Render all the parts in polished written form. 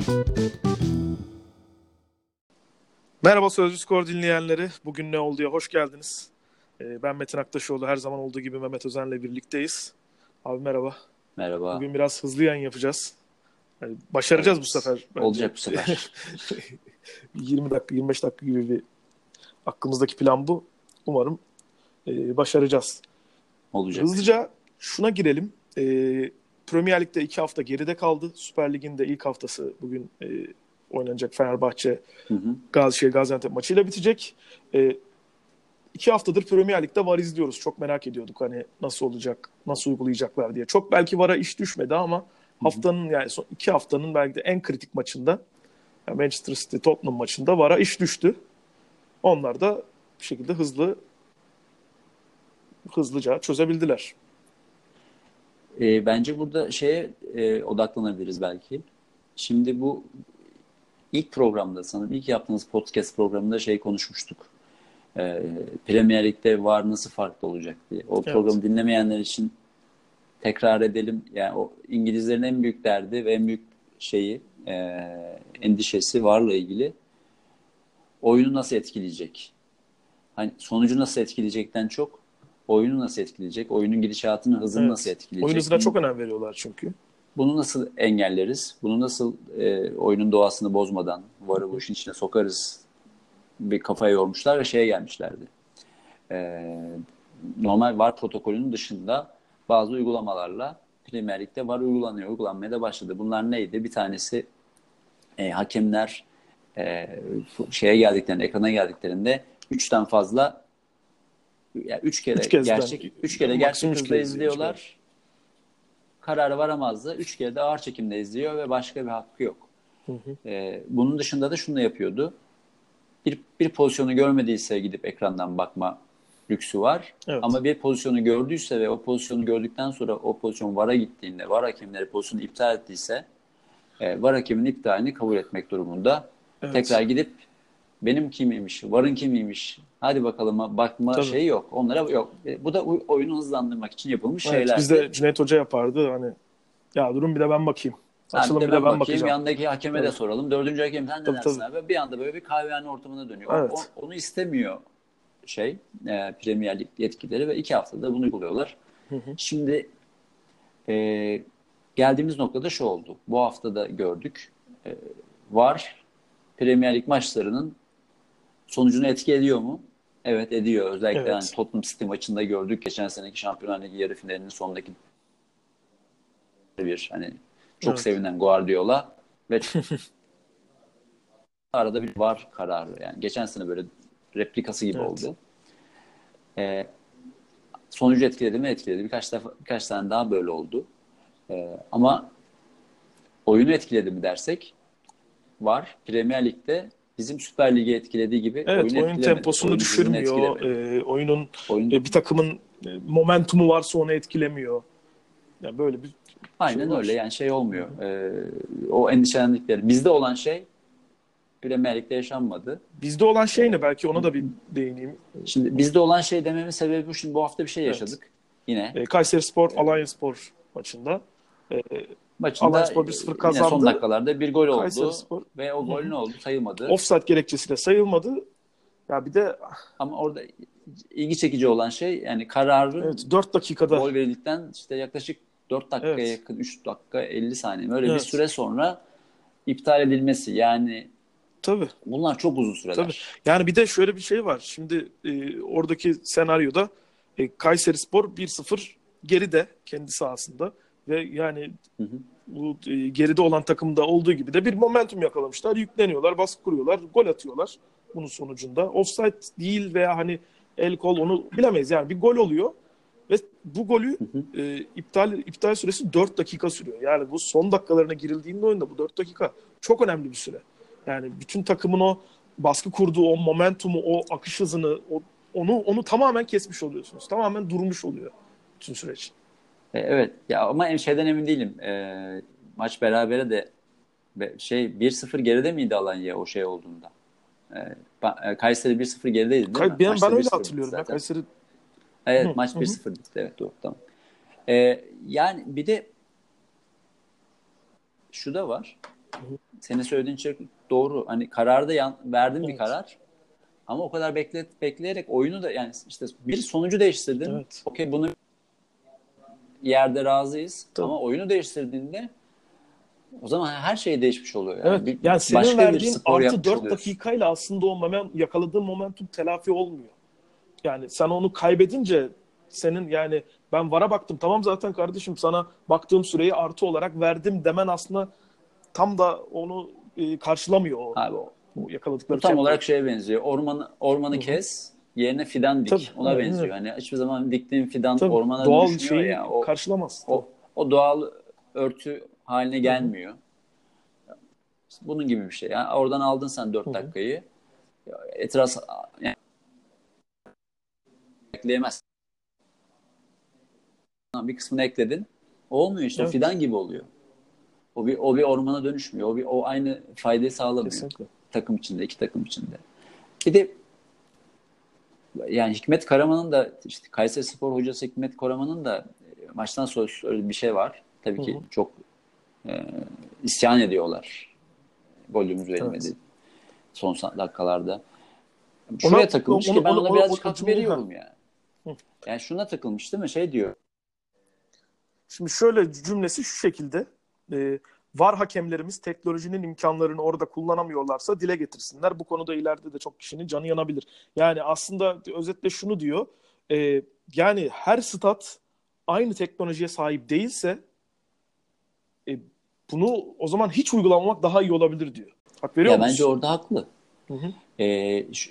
Merhaba Sözcü Skor dinleyenleri. Bugün ne oldu ya? Hoş geldiniz. Ben Metin Aktaşoğlu. Her zaman olduğu gibi Mehmet Özen'le birlikteyiz. Abi merhaba. Merhaba. Bugün biraz hızlı yayın yapacağız. Yani başaracağız Evet. bu sefer bence. Olacak bu sefer. 20 dakika, 25 dakika gibi bir aklımızdaki plan bu. Umarım başaracağız. Olacak. Hızlıca şuna girelim. Premier Lig'de 2 hafta geride kaldı. Süper Lig'in de ilk haftası bugün oynanacak Fenerbahçe Gaziantep maçıyla bitecek. 2 haftadır Premier Lig'de VAR izliyoruz. Çok merak ediyorduk hani nasıl olacak, nasıl uygulayacaklar diye. Çok belki VAR'a iş düşmedi ama haftanın yani son 2 haftanın belki de en kritik maçında yani Manchester City Tottenham maçında VAR'a iş düştü. Onlar da bir şekilde hızlıca çözebildiler. Bence burada odaklanabiliriz belki. Şimdi bu ilk programda sanırım ilk yaptığımız podcast programında konuşmuştuk. Premier Lig'de VAR nasıl farklı olacak diye. O programı dinlemeyenler için tekrar edelim. Yani o İngilizlerin en büyük derdi ve en büyük endişesi VAR'la ilgili. Oyunu nasıl etkileyecek? Hani sonucu nasıl etkileyecekten çok oyunu nasıl etkileyecek? Oyunun gidişatını, hızını nasıl etkileyecek? Oyun hızına çok önem veriyorlar çünkü. Bunu nasıl engelleriz? Bunu nasıl oyunun doğasını bozmadan VAR'ı bu işin içine sokarız? Bir kafaya yormuşlar ve gelmişlerdi. Normal VAR protokolünün dışında bazı uygulamalarla Premier Lig'de VAR uygulanmaya da başladı. Bunlar neydi? Bir tanesi hakemler ekrana geldiklerinde 3'ten fazla yani 3 kere gerçek hızda izliyorlar. Kararı varamazdı. 3 kere de ağır çekimde izliyor ve başka bir hakkı yok. Bunun dışında da şunu da yapıyordu. Bir pozisyonu görmediyse gidip ekrandan bakma lüksü var. Evet. Ama bir pozisyonu gördüyse ve o pozisyonu gördükten sonra o pozisyon VAR'a gittiğinde VAR hakemleri pozisyonu iptal ettiyse VAR hakeminin iptalini kabul etmek durumunda. Evet. Tekrar gidip benim kimiymiş, VAR'ın kimiymiş, hadi bakalım bakma yok. Onlara yok. Bu da oyunu hızlandırmak için yapılmış şeyler. Bizde Cüneyt Hoca yapardı hani ya durun bir de ben bakayım. Açılın bir de ben bakayım. Yandaki hakeme de soralım. 4. hakem sen ne dersin abi? Bir anda böyle bir kahvehane ortamına dönüyor. Evet. Onu istemiyor Premier Lig yetkileri ve 2 haftada bunu uyguluyorlar. Şimdi geldiğimiz noktada şu oldu. Bu hafta da gördük. VAR Premier Lig maçlarının sonucunu etki ediyor mu? Evet ediyor. Özellikle yani Tottenham City maçında gördük. Geçen seneki Şampiyonlar Ligi yarı finalinin sonundaki çok sevinen Guardiola ve arada bir VAR kararı. Yani geçen sene böyle replikası gibi oldu. Sonucu etkiledi mi? Etkiledi. Birkaç tane daha böyle oldu. Ama oyunu etkiledi mi dersek VAR Premier Lig'de bizim Süper Lig'i etkilediği gibi oyun temposunu düşürmüyor. Oyunun bir takımın momentumu varsa onu etkilemiyor. Yani böyle bir aynen öyle. Yani olmuyor. O endişelendikleri. Bizde olan Premier Lig'de yaşanmadı. Bizde olan ne? Belki ona da bir değineyim. Şimdi bizde olan dememin sebebi bu. Şimdi bu hafta bir yaşadık. Yine. Kayserispor, Alanyaspor maçında. Alanyaspor 1-0 kazandı. Son dakikalarda bir gol oldu. Ve o gol ne oldu? Sayılmadı. Offside gerekçesiyle sayılmadı. Ya bir de ama orada ilgi çekici olan yani kararın 4 dakikada gol verildikten yaklaşık 4 dakikaya yakın 3 dakika 50 saniye öyle bir süre sonra iptal edilmesi yani tabii. Bunlar çok uzun süreler. Tabii. Yani bir de şöyle bir şey var. Şimdi oradaki senaryoda Kayserispor 1-0 geride kendi sahasında ve yani bu geride olan takımda olduğu gibi de bir momentum yakalamışlar. Yükleniyorlar, baskı kuruyorlar, gol atıyorlar bunun sonucunda. Offside değil veya hani el kol onu bilemeyiz. Yani bir gol oluyor ve bu golü iptal süresi 4 dakika sürüyor. Yani bu son dakikalarına girildiğinde oyunda bu 4 dakika çok önemli bir süre. Yani bütün takımın o baskı kurduğu o momentumu, o akış hızını, onu tamamen kesmiş oluyorsunuz. Tamamen durmuş oluyor bütün süreç. Evet. Ya ama emin değilim. Maç berabere de 1-0 geride miydi Alanya o olduğunda? Kayseri 1-0 gerideydi değil mi? Ben öyle hatırlıyorum. Ya, Kayseri. Evet, maç 1-0 bitti. Evet, doğru. Tamam. Yani bir de şu da var. senin söylediğin şey doğru. Hani kararda verdiğin bir Evet. karar. Ama o kadar bekleyerek oyunu da yani işte bir sonucu değiştirdin. Evet. Okey, bunu yerde razıyız. Tabii. Ama oyunu değiştirdiğinde o zaman her şey değişmiş oluyor. Yani Evet. Yani senin başka bir verdiğin spor artı yapmış 4 oluyorsun. dakikayla aslında o yakaladığın momentum telafi olmuyor. Yani sen onu kaybedince senin yani ben VAR'a baktım, tamam zaten kardeşim sana baktığım süreyi artı olarak verdim demen aslında tam da onu karşılamıyor Abi, o bu yakaladıkları tam tempoyu. olarak şeye benziyor. Ormanı Hı hı. kes, yerine fidan Tabii, dik. Ona aynen öyle. benziyor. Hani hiçbir zaman diktiğin fidan Tabii. ormana Doğal dönüşmüyor ya. şeyi karşılamaz. Tabii. O doğal örtü haline Hı hı. gelmiyor. Bunun gibi bir şey. Yani oradan aldın sen Hı 4 hı. dakikayı. Etraf yani ekleyemezsin. Bir kısmını ekledin. Olmuyor işte. O Evet. fidan gibi oluyor. O bir ormana dönüşmüyor. O aynı faydayı sağlamıyor. Kesinlikle. Takım içinde, iki takım içinde. Bir de yani Hikmet Karaman'ın da işte Kayserispor hocası Hikmet Karaman'ın da maçtan sonra öyle bir şey var. Tabii Hı ki hı. çok e, isyan ediyorlar. Golümüz verilmedi Evet. son dakikalarda. Ona Şuraya takılmış onu ki ben onu ona onu birazcık o hak cümleyi veriyorum yani. Yani şuna takılmış değil mi? Şey diyor. Şimdi şöyle cümlesi şu şekilde. E, VAR hakemlerimiz teknolojinin imkanlarını orada kullanamıyorlarsa dile getirsinler. Bu konuda ileride de çok kişinin canı yanabilir. Yani aslında özetle şunu diyor. Yani her stat aynı teknolojiye sahip değilse e, bunu o zaman hiç uygulamamak daha iyi olabilir diyor. Hak veriyor Ya bence musun? orada haklı. Hı hı. Şu,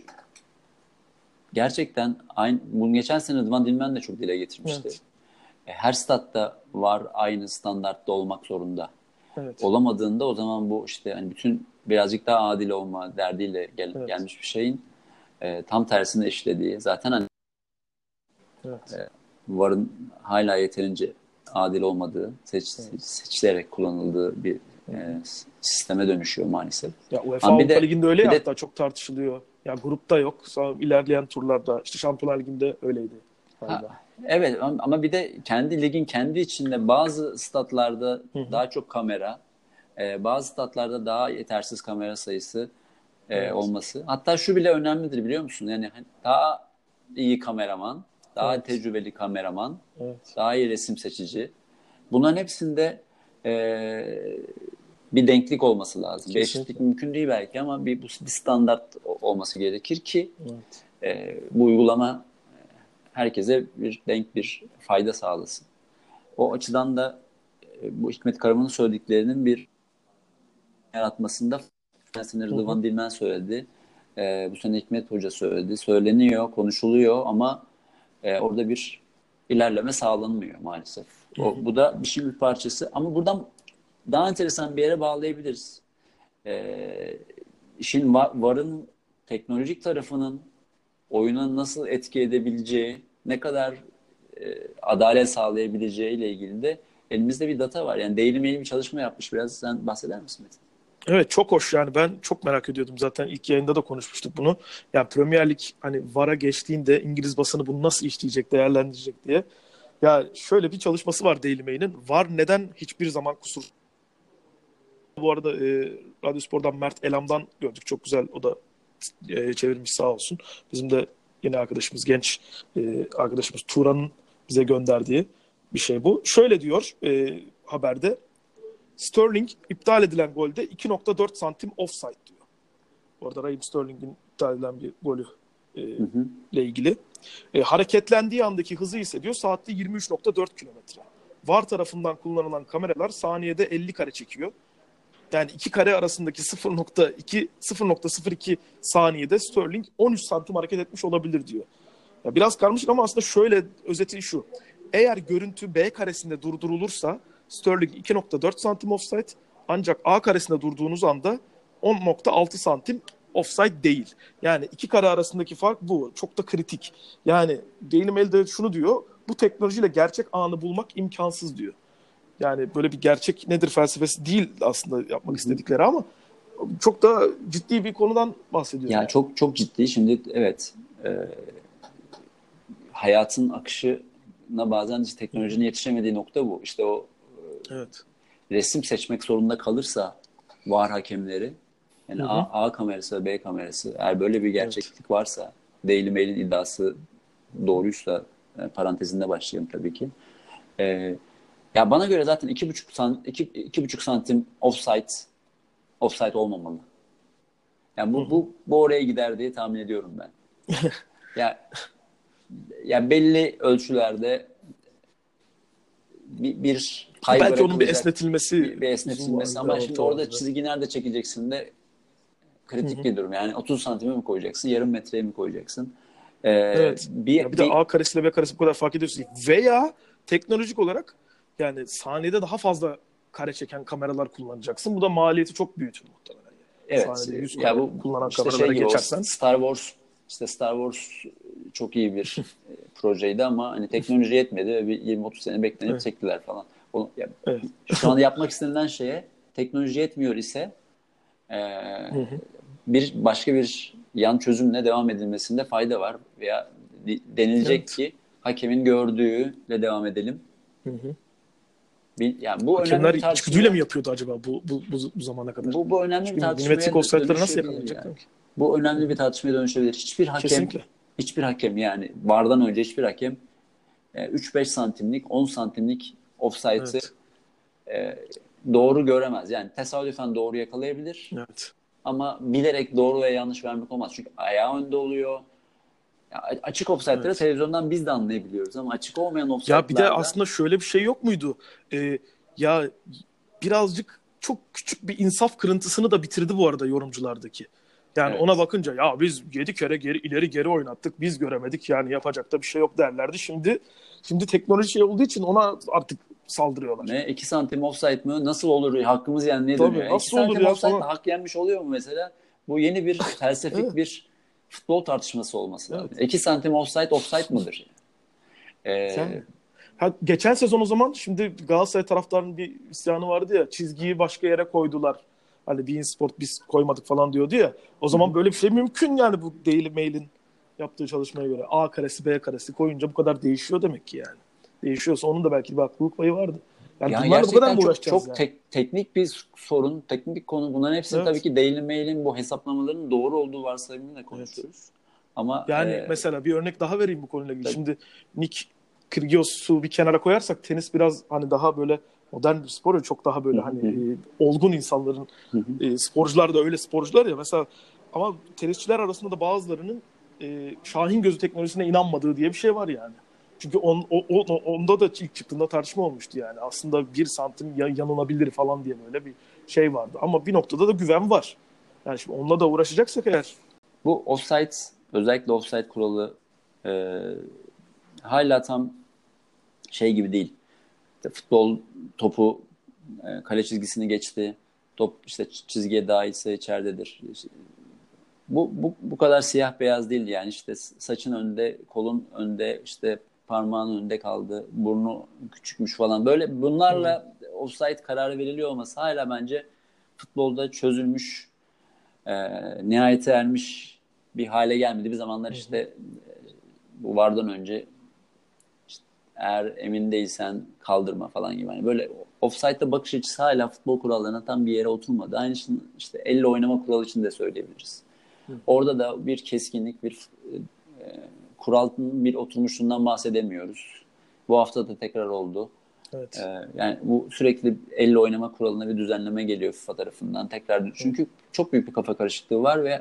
gerçekten aynı, bunu geçen sene Rıdvan Dilmen de çok dile getirmişti. Evet. Her statta var aynı standartta olmak zorunda. Evet. Olamadığında o zaman bu işte hani bütün birazcık daha adil olma derdiyle Evet. gelmiş bir şeyin tam tersine işlediği zaten hani Evet. VAR'ın hala yeterince adil olmadığı, Evet. seçilerek kullanıldığı bir Hı hı. sisteme dönüşüyor maalesef. Ya UEFA Ama bir Avrupa de Ligi'nde öyle ya, bir de hatta çok tartışılıyor. Ya grupta yok. Sonra ilerleyen turlarda işte Şampiyonlar Ligi'nde öyleydi ha, galiba. evet ama bir de kendi ligin kendi içinde bazı statlarda Hı hı. daha çok kamera, bazı statlarda daha yetersiz kamera sayısı Evet. olması. Hatta şu bile önemlidir biliyor musun? Yani hani daha iyi kameraman, daha Evet. tecrübeli kameraman, Evet. daha iyi resim seçici. Bunların hepsinde e, bir denklik olması lazım. Bir eşitlik Kesinlikle. mümkün değil belki ama bir standart olması gerekir ki Evet. bu uygulama herkese bir denk bir fayda sağlasın. O açıdan da bu Hikmet Karaman'ın söylediklerinin bir yaratmasında sene Hı hı. Rıdvan Dilmen söyledi. Bu sene Hikmet Hoca söyledi. Söyleniyor, konuşuluyor ama orada bir ilerleme sağlanmıyor maalesef. Hı hı. Bu da bir şeyin bir parçası. Ama buradan daha enteresan bir yere bağlayabiliriz. İşin VAR'ın teknolojik tarafının oyuna nasıl etki edebileceği, ne kadar adalet sağlayabileceği ile ilgili de elimizde bir data var. Yani Daily Mail bir çalışma yapmış. Biraz sen bahseder misin Metin? Evet, çok hoş yani, ben çok merak ediyordum, zaten ilk yayında da konuşmuştuk bunu. Yani Premier Lig hani VAR'a geçtiğinde İngiliz basını bunu nasıl işleyecek, değerlendirecek diye. Ya şöyle bir çalışması var Daily Mail'in. VAR neden hiçbir zaman kusur? Bu arada Radyospor'dan Mert Elam'dan gördük. Çok güzel, o da çevirmiş sağ olsun. Bizim de yeni arkadaşımız, genç arkadaşımız Turan'ın bize gönderdiği bir şey bu. Şöyle diyor haberde. Sterling iptal edilen golde 2,4 santim offside diyor. Bu arada Raheem Sterling'in iptal edilen bir golü Hı hı. ile ilgili. Hareketlendiği andaki hızı ise diyor saatte 23,4 kilometre. VAR tarafından kullanılan kameralar saniyede 50 kare çekiyor. Yani iki kare arasındaki 0,02 saniyede Sterling 13 santim hareket etmiş olabilir diyor. Ya biraz karmaşık ama aslında şöyle, özeti şu. Eğer görüntü B karesinde durdurulursa Sterling 2,4 santim offside, ancak A karesinde durduğunuz anda 10,6 santim offside değil. Yani iki kare arasındaki fark bu. Çok da kritik. Yani Daily Mail'de şunu diyor. Bu teknolojiyle gerçek anı bulmak imkansız diyor. Yani böyle bir gerçek nedir felsefesi değil aslında Hı yapmak hı. istedikleri, ama çok da ciddi bir konudan bahsediyor Ya yani. çok çok ciddi. Şimdi evet hayatın akışına bazen işte Hı hı. teknolojinin yetişemediği nokta bu. İşte o Evet. resim seçmek zorunda kalırsa VAR hakemleri. Yani A kamerası ve B kamerası. Eğer böyle bir gerçeklik varsa, Daily Mail'in iddiası doğruysa, parantezinde başlayalım tabii ki. Ya bana göre zaten 2,5 santim offside olmamalı. Yani bu oraya gider diye tahmin ediyorum ben. Ya belli ölçülerde bir pay belki onun bir bırakılacak, esnetilmesi bir esnetilmesi ama şimdi orada çizgi nerede çekeceksin de kritik bir durum. Yani 30 santime mi koyacaksın, yarım metreye mi koyacaksın? Evet. Bir de A karesiyle B karesi bu kadar fark ediyorsun. Veya teknolojik olarak yani saniyede daha fazla kare çeken kameralar kullanacaksın. Bu da maliyeti çok büyütür muhtemelen. Evet. Saniyede 100 ya bu kullanan işte kameralara geçersen. Star Wars çok iyi bir projeydi ama hani teknoloji yetmedi ve bir 20-30 sene beklenip çektiler falan. Şu anda yapmak istenilen şeye teknoloji yetmiyor ise başka bir yan çözümle devam edilmesinde fayda var veya denilecek ki hakemin gördüğüyle devam edelim. Yani bu hakemler içgüdüyle mi yapıyordu acaba bu zamana kadar? Bu önemli bir tartışmaya dönüşebilir. Yani. Bu önemli bir tartışmaya dönüşebilir. Hiçbir hakem yani VAR'dan önce hiçbir hakem 3-5 santimlik 10 santimlik offside'ı doğru göremez. Yani tesadüfen doğru yakalayabilir. Evet. Ama bilerek doğru veya yanlış vermek olmaz. Çünkü ayağı önde oluyor. Ya açık offside'ları televizyondan biz de anlayabiliyoruz ama açık olmayan offside'larda... Ya bir de aslında şöyle bir şey yok muydu? Ya birazcık çok küçük bir insaf kırıntısını da bitirdi bu arada yorumculardaki. Yani ona bakınca ya biz 7 kere ileri geri oynattık, biz göremedik yani yapacak da bir şey yok derlerdi. Şimdi teknoloji şey olduğu için ona artık saldırıyorlar. Ne? 2 santim offside mı? Nasıl olur? Hakkımız yenmeye dönüyor. 2 santim offside hak yenmiş oluyor mu mesela? Bu yeni bir felsefik bir futbol tartışması olması lazım. 2 santim offside mıdır? Geçen sezon o zaman şimdi Galatasaray taraftarının bir isyanı vardı ya, çizgiyi başka yere koydular. Hani beIN Sport biz koymadık falan diyordu ya. O zaman böyle bir şey mümkün yani bu Daily Mail'in yaptığı çalışmaya göre. A karesi B karesi koyunca bu kadar değişiyor demek ki yani. Değişiyorsa onun da belki bir haklılık payı vardı. Yani bunlarla bu kadar mı uğraşacağız çok teknik bir sorun, teknik bir konu. Bunların hepsini tabii ki Daily Mail'in bu hesaplamalarının doğru olduğu varsayımıyla konuşuyoruz. Ama yani mesela bir örnek daha vereyim bu konuyla ilgili. Şimdi Nick Kyrgios'u bir kenara koyarsak tenis biraz hani daha böyle modern bir spor ya, çok daha böyle hani olgun insanların sporcular da öyle sporcular ya mesela, ama tenisçiler arasında da bazılarının Şahin gözü teknolojisine inanmadığı diye bir şey var yani. Çünkü onda da ilk çıktığında tartışma olmuştu yani. Aslında 1 santim yanılabilir falan diye böyle bir şey vardı. Ama bir noktada da güven var. Yani şimdi onunla da uğraşacaksak eğer. Bu offside, özellikle offside kuralı hala tam şey gibi değil. Futbol topu kale çizgisini geçti. Top işte çizgiye dahilse içeridedir. Bu kadar siyah beyaz değil yani, işte saçın önde, kolun önde, işte parmağın önde kaldı, burnu küçükmüş falan. Böyle bunlarla offside kararı veriliyor olması hala bence futbolda çözülmüş, nihayete ermiş bir hale gelmedi. Bir zamanlar işte bu VAR'dan önce işte, eğer emin değilsen kaldırma falan gibi. Yani böyle offside'da bakış açısı hala futbol kurallarına tam bir yere oturmadı. Aynı şey işte elle oynama kuralı için de söyleyebiliriz. Orada da bir keskinlik, bir kuralın bir oturmuşluğundan bahsedemiyoruz. Bu hafta da tekrar oldu. Evet. Yani bu sürekli elle oynama kuralına bir düzenleme geliyor FIFA tarafından. Tekrar çünkü çok büyük bir kafa karışıklığı var ve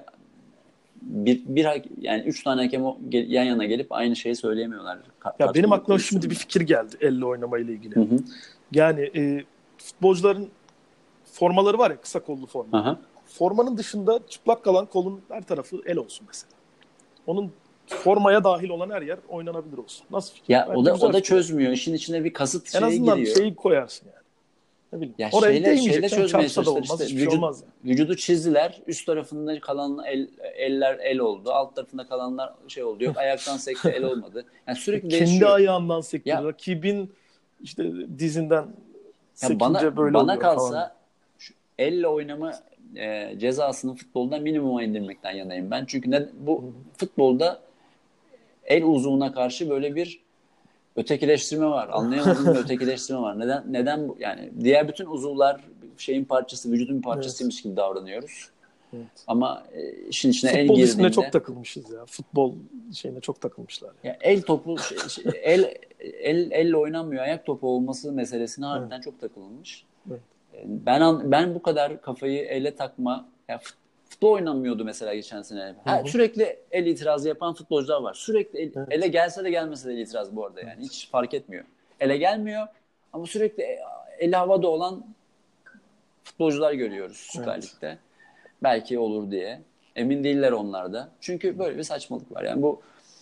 yani 3 tane hakem yan yana gelip aynı şeyi söyleyemiyorlar. Ya benim aklıma şimdi bir fikir geldi elle oynamayla ilgili. Yani futbolcuların formaları var ya, kısa kollu forma. Aha. Formanın dışında çıplak kalan kolun her tarafı el olsun mesela. Onun formaya dahil olan her yer oynanabilir olsun. Nasıl fikir? Ya o da çözmüyor. İşin içine bir kasıt en giriyor. En azından şeyi koyarsın yani. Ne bileyim. Ya oraya şeyle çözmeye çalıştılar. İşte, hiçbir şey olmaz yani. Vücudu çizdiler. Üst tarafında kalan eller el oldu. Alt tarafında kalanlar şey oldu. Yok ayaktan sekti el olmadı. Yani sürekli değişiyor. Kendi ayağından sekti. Rakibin işte dizinden sekince böyle bana oluyor kalsa falan. Elle oynama cezasını futbolda minimuma indirmekten yanayım ben. Çünkü bu futbolda el uzvuna karşı böyle bir ötekileştirme var. Anlayamadığım bir ötekileştirme var. Neden bu? Yani diğer bütün uzuvlar şeyin parçası, vücudun parçasıymış gibi davranıyoruz. Evet. Ama işin içine el Futbol girdiğinde... Futbol çok takılmışız ya. Futbol şeyine çok takılmışlar. Ya el topu, elle oynanmıyor. Ayak topu olması meselesine harbiden çok takılmış. Evet. Ben bu kadar kafayı elle takma... Ya futbol oynanmıyordu mesela geçen sene. Sürekli el itirazı yapan futbolcular var. Sürekli ele gelse de gelmese de el itirazı bu arada yani. Hiç fark etmiyor. Ele gelmiyor ama sürekli eli havada olan futbolcular görüyoruz Süper Lig'de. Belki olur diye. Emin değiller onlar da. Çünkü böyle bir saçmalık var. Yani bu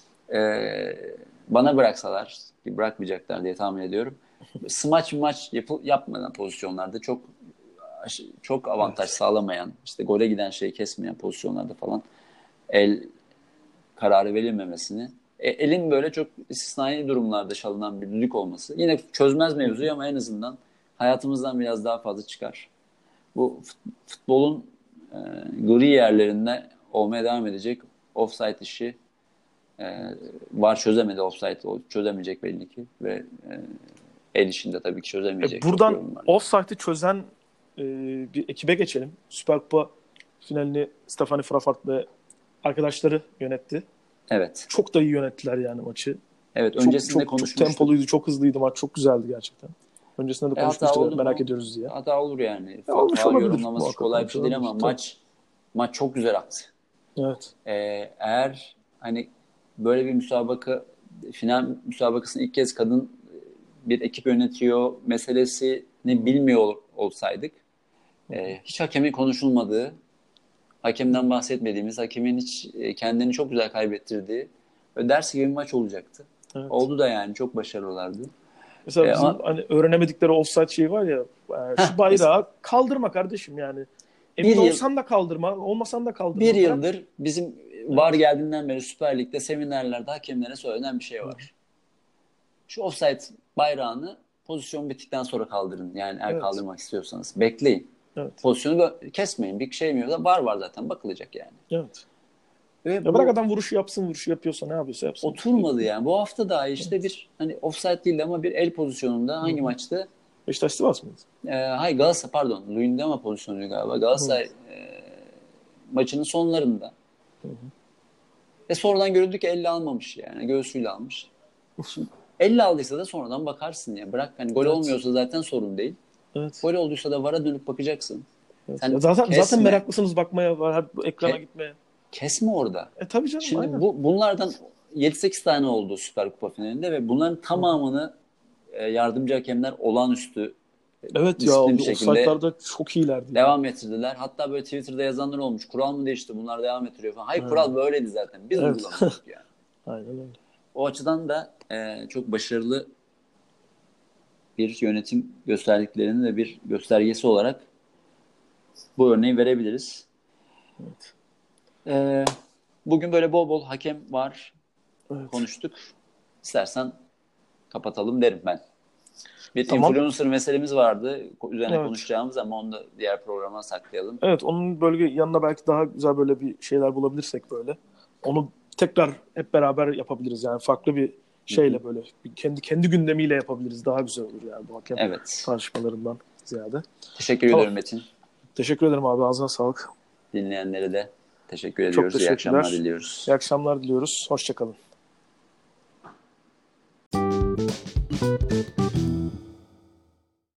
bana bıraksalar, ki bırakmayacaklar diye tahmin ediyorum. Smaç yapmadan pozisyonlarda çok avantaj sağlamayan, işte gole giden şeyi kesmeyen pozisyonlarda falan el kararı verilmemesini, elin böyle çok istisnai durumlarda çalınan bir düdük olması yine çözmez mevzuyu ama en azından hayatımızdan biraz daha fazla çıkar. Bu futbolun gri yerlerinde olmaya devam edecek offside işi var, çözemedi offside, çözemeyecek belli ki ve el işinde tabii ki çözemeyecek. Buradan offside'ı çözen bir ekibe geçelim. Süper Kupa finalini Stefani Frappart ve arkadaşları yönetti. Evet. Çok da iyi yönettiler yani maçı. Evet, öncesinde konuşmuştuk. Çok tempoluydu, çok hızlıydı maç. Çok güzeldi gerçekten. Öncesinde de konuşmuştuk, merak ediyoruz diye. Hata olur yani. Hata yorumlaması kolay bir şey değil ama maç çok güzel aktı. Evet. Eğer hani böyle bir final müsabakasını ilk kez kadın bir ekip yönetiyor meselesini bilmiyor olsaydık, hiç hakemin konuşulmadığı, hakemden bahsetmediğimiz, hakemin hiç kendini çok güzel kaybettirdiği ve ders gibi bir maç olacaktı. Evet. Oldu da yani çok başarılılardı. Mesela bizim hani öğrenemedikleri offside şeyi var ya, şu bayrağı kaldırma kardeşim yani. Emin olsan da kaldırma, olmasan da kaldırma. Bir yıldır bizim VAR geldiğinden beri Süper Lig'de seminerlerde hakemlere söylenen bir şey var. Şu offside bayrağını pozisyon bittikten sonra kaldırın. Yani eğer kaldırmak istiyorsanız. Bekleyin. Evet. Pozisyonu kesmeyin. Bir şey mi var? Var zaten. Bakılacak yani. Evet. Bırak adam vuruşu yapsın. Vuruşu yapıyorsa ne yapıyorsa yapsın. Oturmadı yani. Bu hafta daha işte bir hani offside değil ama bir el pozisyonunda hangi maçtı? Beşiktaş Sivas mıydı? Hayır, Galatasaray pardon. Luyendama pozisyonuydu galiba. Galatasaray maçının sonlarında. Ve sonradan görüldü ki elle almamış yani. Göğsüyle almış. Şimdi elle aldıysa da sonradan bakarsın ya. Bırak hani gol olmuyorsa zaten sorun değil. Evet. Gol olduysa da VAR'a dönüp bakacaksın. Evet. Zaten meraklısınız bakmaya, ekrana gitmeye. Kesme orada. Tabii canım. Şimdi bunlardan 7-8 tane oldu Süper Kupa finalinde ve bunların tamamını yardımcı hakemler olağanüstü disiplin bir şekilde çok iyilerdi. Devam ettirdiler. Hatta böyle Twitter'da yazanlar olmuş. Kural mı değişti? Bunlar devam ettiriyor falan. Hayır, kural böyleydi zaten. Biz uygulamıyorduk yani. Aynen öyle. O açıdan da çok başarılı bir yönetim gösterdiklerinin de bir göstergesi olarak bu örneği verebiliriz. Evet. Bugün böyle bol bol hakem var. Konuştuk. İstersen kapatalım derim ben. Bir influencer meselemiz vardı. Üzerine konuşacağımız ama onu da diğer programa saklayalım. Evet, onun bölge yanına belki daha güzel böyle bir şeyler bulabilirsek böyle. Onu tekrar hep beraber yapabiliriz yani farklı bir şeyle böyle kendi gündemiyle yapabiliriz. Daha güzel olur yani bu hakem tartışmalarından ziyade. Teşekkür ediyorum Metin. Teşekkür ederim abi. Ağzına sağlık. Dinleyenlere de teşekkür ediyoruz. Çok İyi akşamlar diliyoruz. İyi akşamlar diliyoruz. Hoşça kalın.